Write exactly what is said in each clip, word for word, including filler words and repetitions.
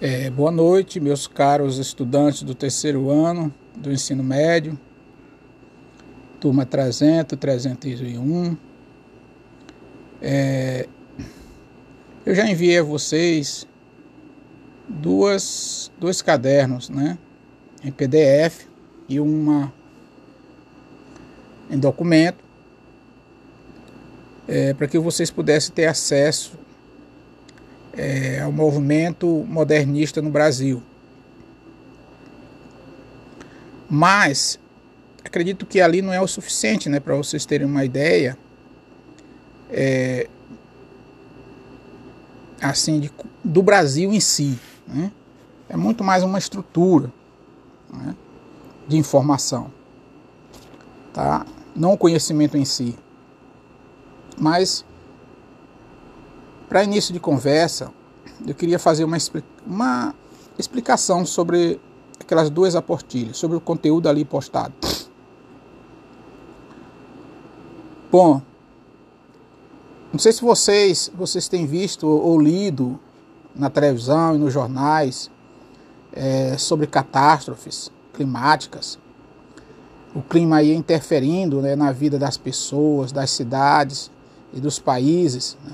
É, boa noite, meus caros estudantes do terceiro ano do ensino médio, turma trezentos, trezentos e um. É, eu já enviei a vocês duas, dois cadernos, né, em P D F e uma em documento, é, para que vocês pudessem ter acesso É, ao movimento modernista no Brasil. Mas acredito que ali não é o suficiente, né, para vocês terem uma ideia é, assim de, do Brasil em si, né? É muito mais uma estrutura, né, de informação, tá? Não o conhecimento em si. Mas para início de conversa, eu queria fazer uma, uma explicação sobre aquelas duas apostilas, sobre o conteúdo ali postado. Bom, não sei se vocês, vocês têm visto ou lido na televisão e nos jornais é, sobre catástrofes climáticas. O clima aí interferindo, né, na vida das pessoas, das cidades e dos países, né?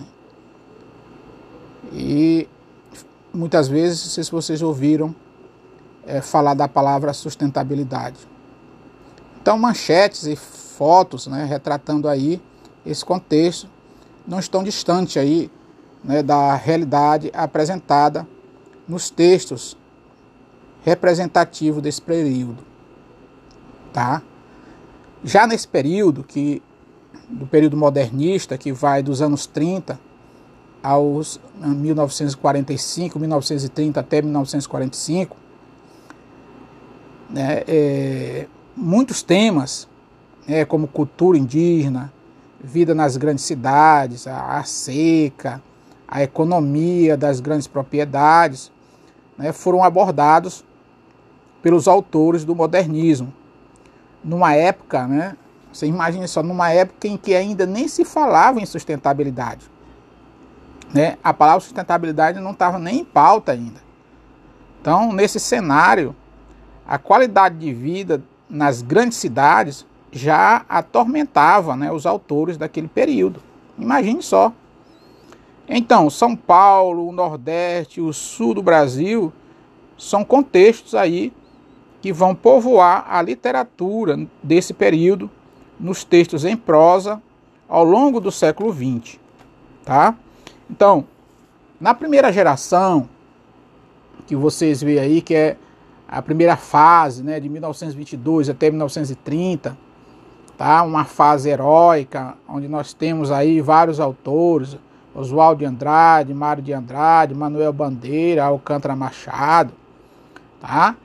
E muitas vezes, não sei se vocês ouviram é, falar da palavra sustentabilidade. Então, manchetes e fotos, né, retratando aí esse contexto não estão distantes aí, né, da realidade apresentada nos textos representativos desse período, tá? Já nesse período, que, do período modernista, que vai dos anos trinta aos mil novecentos e quarenta e cinco, mil novecentos e trinta até mil novecentos e quarenta e cinco, né, é, muitos temas, né, como cultura indígena, vida nas grandes cidades, a, a seca, a economia das grandes propriedades, né, foram abordados pelos autores do modernismo, numa época, né, você imagina só, numa época em que ainda nem se falava em sustentabilidade. Né? A palavra sustentabilidade não estava nem em pauta ainda. Então, nesse cenário, a qualidade de vida nas grandes cidades já atormentava, né, os autores daquele período. Imagine só. Então, São Paulo, o Nordeste, o Sul do Brasil são contextos aí que vão povoar a literatura desse período nos textos em prosa ao longo do século vinte. Tá? Então, na primeira geração, que vocês veem aí, que é a primeira fase, né, de mil novecentos e vinte e dois até mil novecentos e trinta, tá? Uma fase heróica, onde nós temos aí vários autores, Oswald de Andrade, Mário de Andrade, Manuel Bandeira, Alcântara Machado, tá?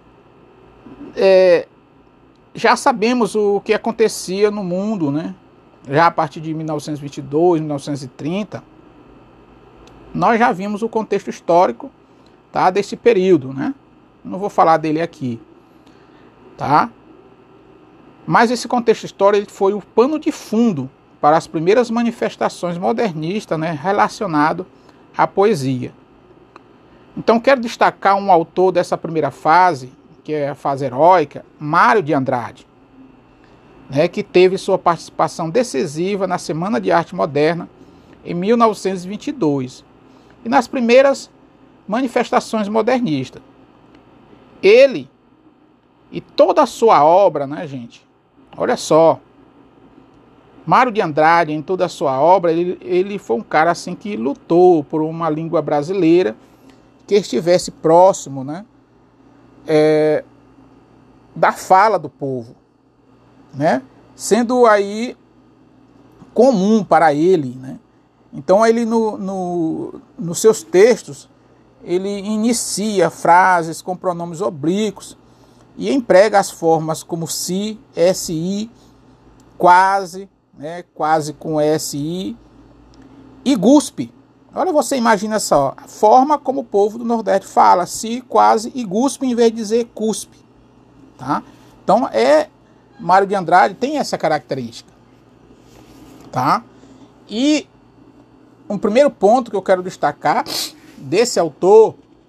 É, já sabemos o que acontecia no mundo, né? Já a partir de mil novecentos e vinte e dois, mil novecentos e trinta, nós já vimos o contexto histórico, tá, desse período, né? Não vou falar dele aqui, tá? Mas esse contexto histórico foi o pano de fundo para as primeiras manifestações modernistas, né, relacionado à poesia. Então quero destacar um autor dessa primeira fase, que é a fase heróica, Mário de Andrade, né, que teve sua participação decisiva na Semana de Arte Moderna em mil novecentos e vinte e dois. E nas primeiras manifestações modernistas. Ele e toda a sua obra, né, gente? Olha só. Mário de Andrade, em toda a sua obra, ele, ele foi um cara assim que lutou por uma língua brasileira que estivesse próximo, né, é, da fala do povo, né? Sendo aí comum para ele, né? Então ele no, no, nos seus textos, ele inicia frases com pronomes oblíquos e emprega as formas como si, si, quase, né, quase com si, e guspe. Olha, você imagina só, a forma como o povo do Nordeste fala, si, quase e guspe, em vez de dizer cuspe. Tá? Então, é, Mário de Andrade tem essa característica. Tá? E um primeiro ponto que eu quero destacar desse autor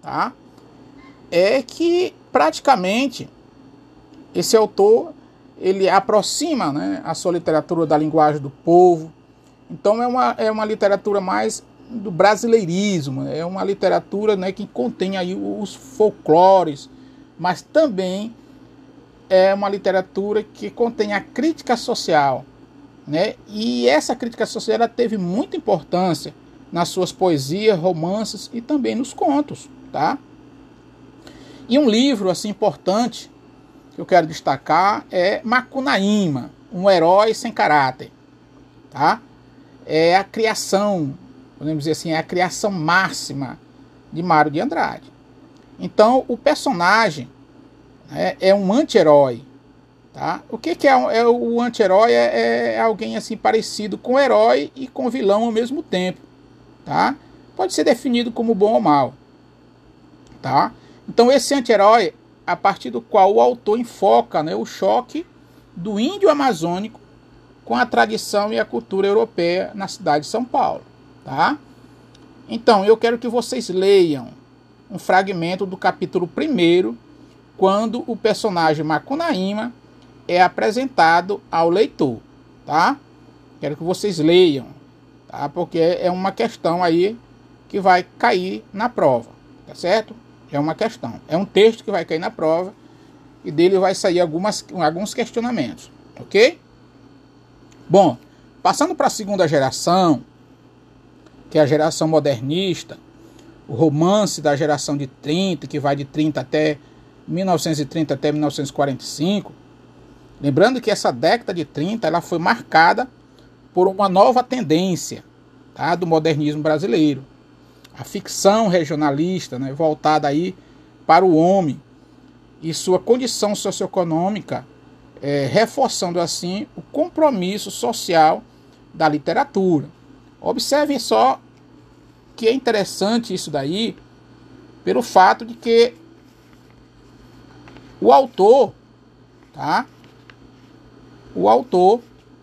tá? É que praticamente esse autor ele aproxima, né, a sua literatura da linguagem do povo. Então é uma, é uma literatura mais do brasileirismo, é uma literatura, né, que contém aí os folclores, mas também é uma literatura que contém a crítica social, né? E essa crítica social ela teve muita importância nas suas poesias, romances e também nos contos, tá? E um livro assim importante que eu quero destacar é Macunaíma, um herói sem caráter, tá? É a criação, podemos dizer assim, é a criação máxima de Mário de Andrade. Então, o personagem, né, é um anti-herói, tá? O que, que é, é o anti-herói? É, é alguém assim parecido com o herói e com o vilão ao mesmo tempo, tá? Pode ser definido como bom ou mal, tá? Então, esse anti-herói, a partir do qual o autor enfoca, né, o choque do índio amazônico com a tradição e a cultura europeia na cidade de São Paulo, tá? Então, eu quero que vocês leiam um fragmento do capítulo primeiro, quando o personagem Macunaíma é apresentado ao leitor, tá? Quero que vocês leiam, tá? Porque é uma questão aí que vai cair na prova, tá certo? É uma questão, é um texto que vai cair na prova e dele vai sair algumas, alguns questionamentos, ok? Bom, passando para a segunda geração, que é a geração modernista, o romance da geração de trinta, que vai de trinta até mil novecentos e trinta até mil novecentos e quarenta e cinco, lembrando que essa década de trinta ela foi marcada por uma nova tendência, tá, do modernismo brasileiro. A ficção regionalista, né, voltada aí para o homem e sua condição socioeconômica, é, reforçando assim o compromisso social da literatura. Observem só que é interessante isso daí, pelo fato de que o autor, tá? O autor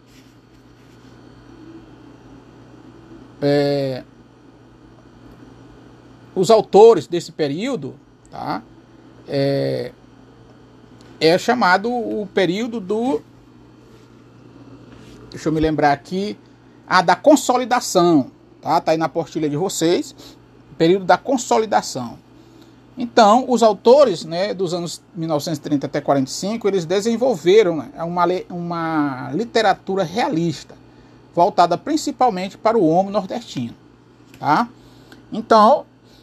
é, os autores desse período, tá? É, é chamado o período do, deixa eu me lembrar aqui, ah, da consolidação, tá? Tá aí na apostila de vocês, período da consolidação. Então, os autores, né, dos anos mil novecentos e trinta até quarenta e cinco, eles desenvolveram, né, uma, uma literatura realista, voltada principalmente para o homem nordestino, tá? Então,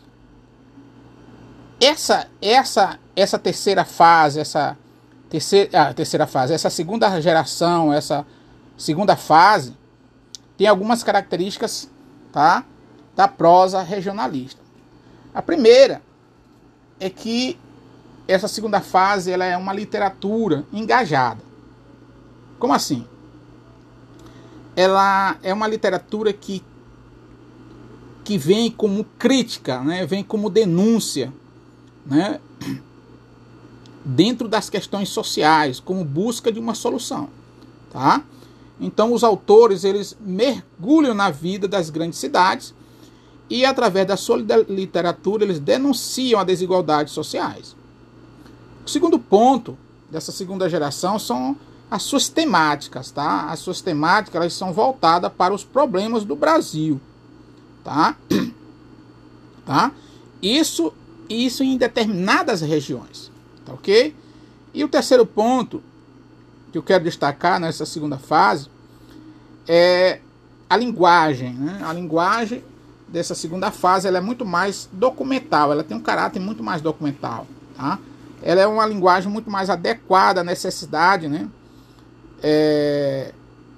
essa, essa, essa terceira fase, essa terceira, ah, terceira fase, essa segunda geração, essa segunda fase, tem algumas características, tá, da prosa regionalista. A primeira é que essa segunda fase ela é uma literatura engajada. Como assim? Ela é uma literatura que, que vem como crítica, né? Vem como denúncia, né? Dentro das questões sociais, como busca de uma solução, tá? Então os autores eles mergulham na vida das grandes cidades e através da sua literatura eles denunciam as desigualdades sociais. O segundo ponto dessa segunda geração são as suas temáticas, tá? As suas temáticas elas são voltadas para os problemas do Brasil, tá? Tá? Isso, isso em determinadas regiões, tá ok? E o terceiro ponto que eu quero destacar nessa segunda fase é a linguagem, né? A linguagem dessa segunda fase ela é muito mais documental, ela tem um caráter muito mais documental, tá? Ela é uma linguagem muito mais adequada à necessidade, né? É,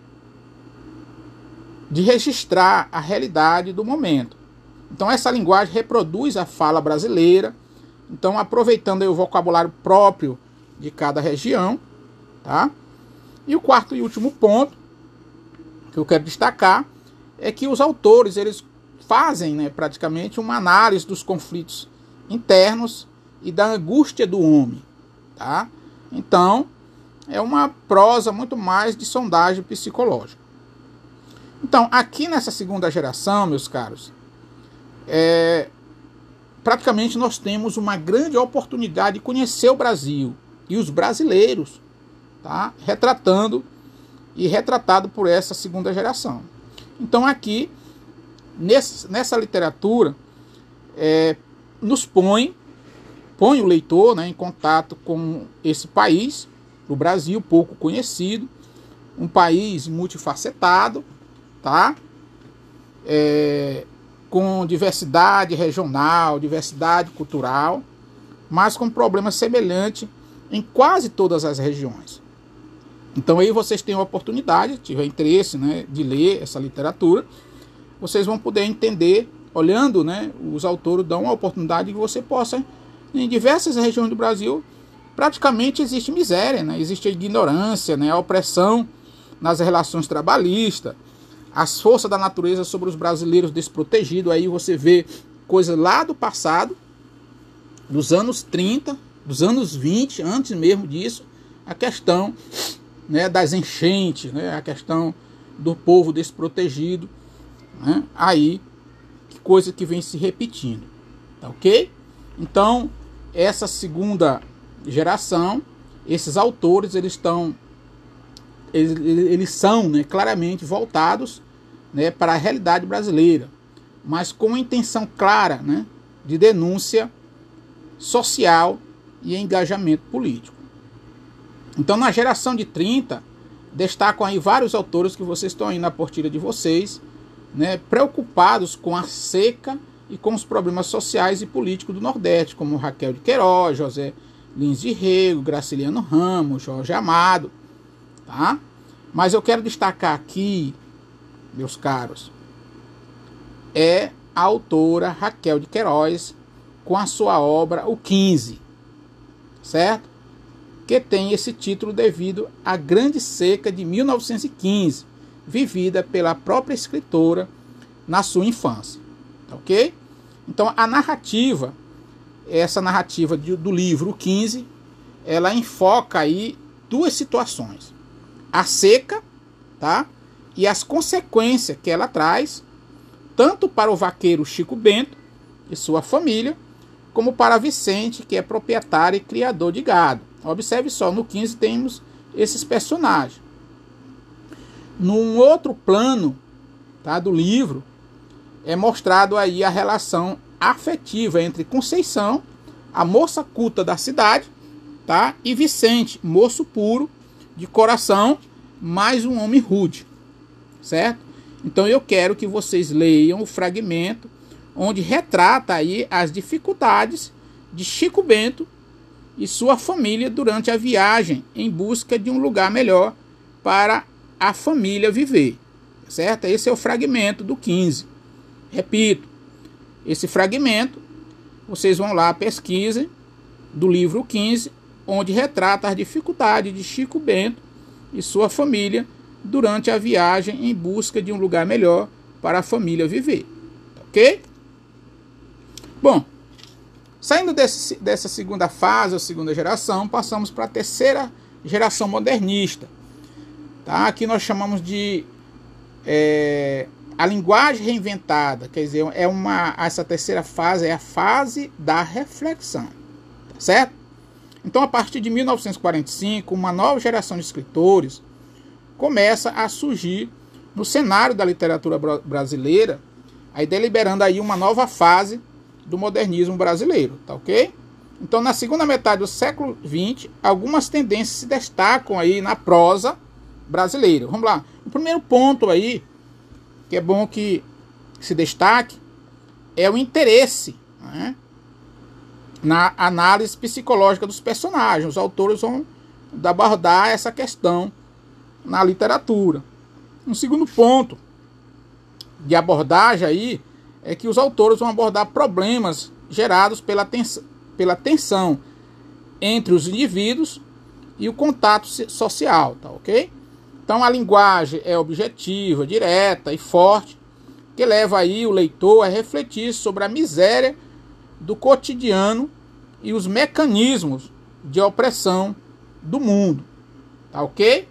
de registrar a realidade do momento. Então essa linguagem reproduz a fala brasileira, então aproveitando aí o vocabulário próprio de cada região, tá? E o quarto e último ponto que eu quero destacar é que os autores eles fazem, né, praticamente uma análise dos conflitos internos e da angústia do homem, tá? Então é uma prosa muito mais de sondagem psicológica. Então aqui nessa segunda geração, meus caros, é, praticamente nós temos uma grande oportunidade de conhecer o Brasil e os brasileiros, tá? Retratando e retratado por essa segunda geração. Então aqui, nesse, nessa literatura, é, nos põe, põe o leitor, né, em contato com esse país, o Brasil, pouco conhecido, um país multifacetado, tá? É, com diversidade regional, diversidade cultural, mas com problemas semelhantes em quase todas as regiões. Então aí vocês têm a oportunidade, se tiver interesse, né, de ler essa literatura, vocês vão poder entender, olhando, né, os autores dão a oportunidade que você possa, em diversas regiões do Brasil, praticamente existe miséria, né, existe a ignorância, né, a opressão nas relações trabalhistas, as forças da natureza sobre os brasileiros desprotegidos. Aí você vê coisas lá do passado, dos anos trinta, dos anos vinte, antes mesmo disso, a questão, né, das enchentes, né, a questão do povo desprotegido, né, aí, coisa que vem se repetindo, tá ok? Então, essa segunda geração, esses autores, eles estão, eles, eles são, né, claramente voltados, né, para a realidade brasileira, mas com uma intenção clara, né, de denúncia social e engajamento político. Então, na geração de trinta, destacam aí vários autores que vocês estão aí na portilha de vocês, né, preocupados com a seca e com os problemas sociais e políticos do Nordeste, como Raquel de Queiroz, José Lins de Rego, Graciliano Ramos, Jorge Amado, tá? Mas eu quero destacar aqui, meus caros, é a autora Raquel de Queiroz com a sua obra O quinze, certo? Que tem esse título devido à grande seca de mil novecentos e quinze, vivida pela própria escritora na sua infância, ok? Então a narrativa, essa narrativa do livro O quinze, ela enfoca aí duas situações: a seca, tá? E as consequências que ela traz, tanto para o vaqueiro Chico Bento e sua família, como para Vicente, que é proprietário e criador de gado. Observe só, no quinze temos esses personagens. Num outro plano, tá, do livro, é mostrado aí a relação afetiva entre Conceição, a moça culta da cidade, tá, e Vicente, moço puro, de coração, mas um homem rude. Certo? Então eu quero que vocês leiam o fragmento onde retrata aí as dificuldades de Chico Bento e sua família durante a viagem em busca de um lugar melhor para a família viver. Certo? Esse é o fragmento do quinze. Repito, esse fragmento vocês vão lá, pesquisem, do livro quinze, onde retrata as dificuldades de Chico Bento e sua família durante a viagem em busca de um lugar melhor para a família viver. Ok? Bom, saindo desse, dessa segunda fase, a segunda geração, passamos para a terceira geração modernista. Tá? Aqui nós chamamos de é, a linguagem reinventada. Quer dizer, é uma, essa terceira fase é a fase da reflexão. Certo? Então, a partir de mil novecentos e quarenta e cinco, uma nova geração de escritores começa a surgir no cenário da literatura brasileira, aí deliberando aí uma nova fase do modernismo brasileiro, tá ok? Então, na segunda metade do século vinte, algumas tendências se destacam aí na prosa brasileira. Vamos lá. O primeiro ponto aí, que é bom que se destaque, é o interesse, né, na análise psicológica dos personagens. Os autores vão abordar essa questão na literatura. Um segundo ponto de abordagem aí é que os autores vão abordar problemas gerados pela, tens pela tensão entre os indivíduos e o contato social, tá ok? Então a linguagem é objetiva, direta e forte, que leva aí o leitor a refletir sobre a miséria do cotidiano e os mecanismos de opressão do mundo, tá ok?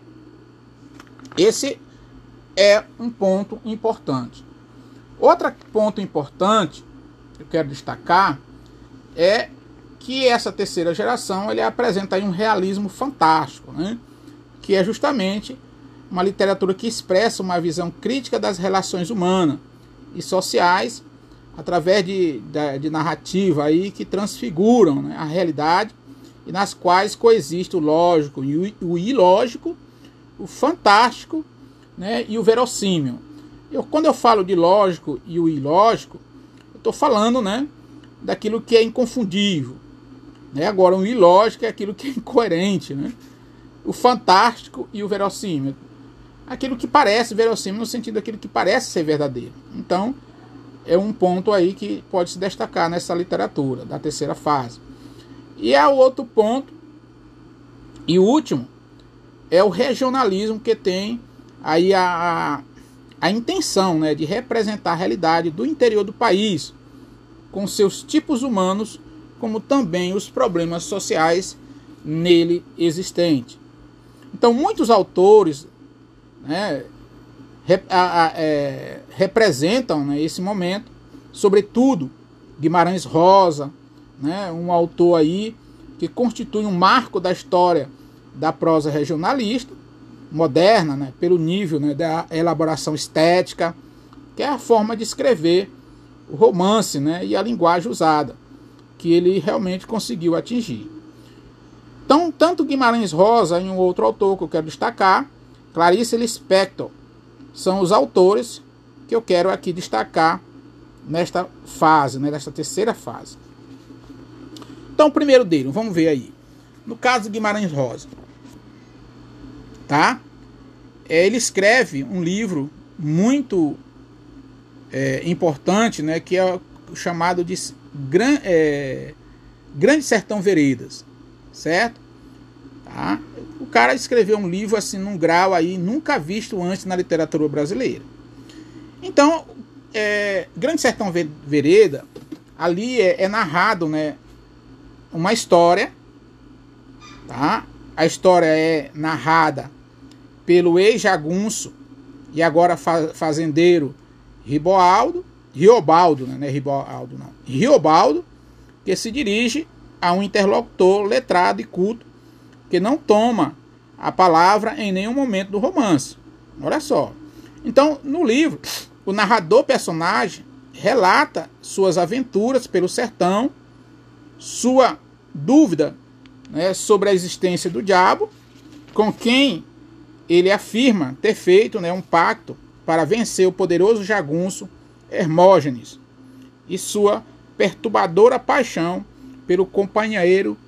Esse é um ponto importante. Outro ponto importante que eu quero destacar é que essa terceira geração ele apresenta aí um realismo fantástico, né? Que é justamente uma literatura que expressa uma visão crítica das relações humanas e sociais através de, de, de narrativa aí que transfiguram, né, a realidade e nas quais coexiste o lógico e o, o ilógico, o fantástico, né, e o verossímil. Eu, quando eu falo de lógico e o ilógico, eu estou falando, né, daquilo que é inconfundível. Né? Agora, o ilógico é aquilo que é incoerente. Né? O fantástico e o verossímil. Aquilo que parece verossímil no sentido daquilo que parece ser verdadeiro. Então, é um ponto aí que pode se destacar nessa literatura da terceira fase. E há o outro ponto, e o último, é o regionalismo, que tem aí a, a, a intenção, né, de representar a realidade do interior do país, com seus tipos humanos, como também os problemas sociais nele existentes. Então, muitos autores, né, rep, a, a, é, representam, né, esse momento, sobretudo Guimarães Rosa, né, um autor aí que constitui um marco da história da prosa regionalista moderna, né, pelo nível, né, da elaboração estética, que é a forma de escrever o romance, né, e a linguagem usada, que ele realmente conseguiu atingir. Então, tanto Guimarães Rosa e um outro autor que eu quero destacar, Clarice Lispector, são os autores que eu quero aqui destacar nesta fase, né, nesta terceira fase. Então, o primeiro dele, vamos ver aí. No caso de Guimarães Rosa, tá? Ele escreve um livro muito é, importante, né, que é o chamado de Gran, é, Grande Sertão Veredas, certo? Tá? O cara escreveu um livro assim num grau aí nunca visto antes na literatura brasileira. Então, é, Grande Sertão Vereda, ali é, é narrado, né, uma história, tá? A história é narrada pelo ex-jagunço e agora fazendeiro Riboaldo, Riobaldo, né? Não é Riboaldo, não. Riobaldo, que se dirige a um interlocutor letrado e culto que não toma a palavra em nenhum momento do romance. Olha só. Então, no livro, o narrador personagem relata suas aventuras pelo sertão, sua dúvida, né, sobre a existência do diabo, com quem ele afirma ter feito, né, um pacto para vencer o poderoso jagunço Hermógenes, e sua perturbadora paixão pelo companheiro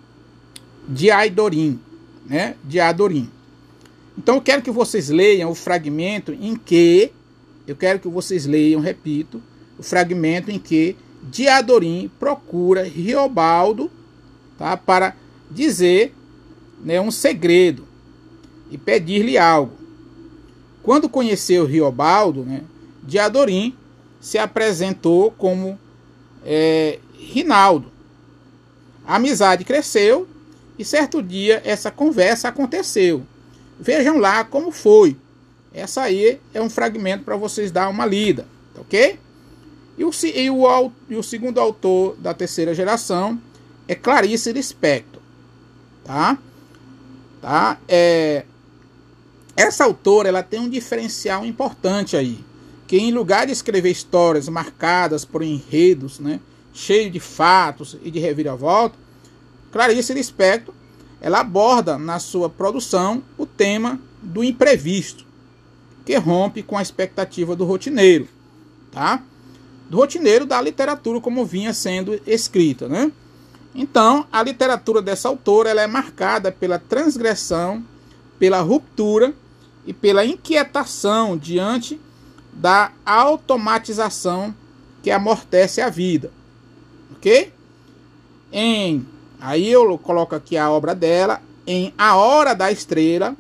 Diadorim, né, Diadorim. Então eu quero que vocês leiam o fragmento em que, eu quero que vocês leiam, repito, o fragmento em que Diadorim procura Riobaldo, tá, para dizer, né, um segredo e pedir-lhe algo. Quando conheceu Riobaldo, né, Diadorim se apresentou como é, Rinaldo. A amizade cresceu e certo dia essa conversa aconteceu. Vejam lá como foi. Essa aí é um fragmento para vocês dar uma lida, ok? E o, e, o, e o segundo autor da terceira geração é Clarice Lispector, tá? Tá? É, essa autora, ela tem um diferencial importante aí, que em lugar de escrever histórias marcadas por enredos, né, cheio de fatos e de reviravolta, Clarice Lispector, ela aborda na sua produção o tema do imprevisto, que rompe com a expectativa do rotineiro, tá? Do rotineiro da literatura como vinha sendo escrita, né? Então, a literatura dessa autora, ela é marcada pela transgressão, pela ruptura e pela inquietação diante da automatização que amortece a vida, ok? Em, aí eu coloco aqui a obra dela, em A Hora da Estrela,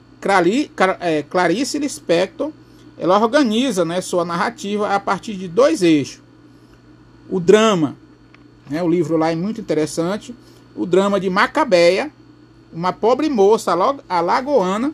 Clarice Lispector, ela organiza, né, sua narrativa a partir de dois eixos. O drama, né, o livro lá é muito interessante, o drama de Macabeia, uma pobre moça alagoana,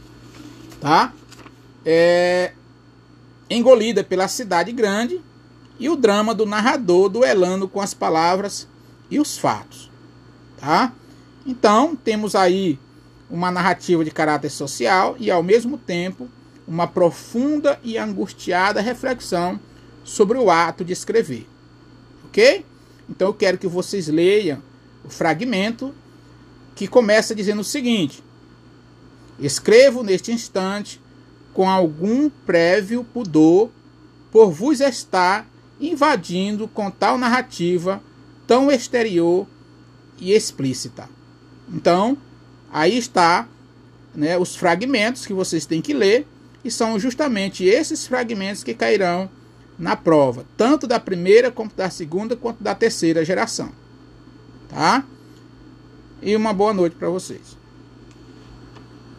tá? É, engolida pela cidade grande e o drama do narrador duelando com as palavras e os fatos. Tá? Então, temos aí uma narrativa de caráter social e, ao mesmo tempo, uma profunda e angustiada reflexão sobre o ato de escrever. Ok? Então, eu quero que vocês leiam o fragmento que começa dizendo o seguinte: escrevo neste instante com algum prévio pudor por vos estar invadindo com tal narrativa tão exterior e explícita. Então, aí está, né, os fragmentos que vocês têm que ler, e são justamente esses fragmentos que cairão na prova, tanto da primeira, como da segunda, quanto da terceira geração. Tá? E uma boa noite para vocês.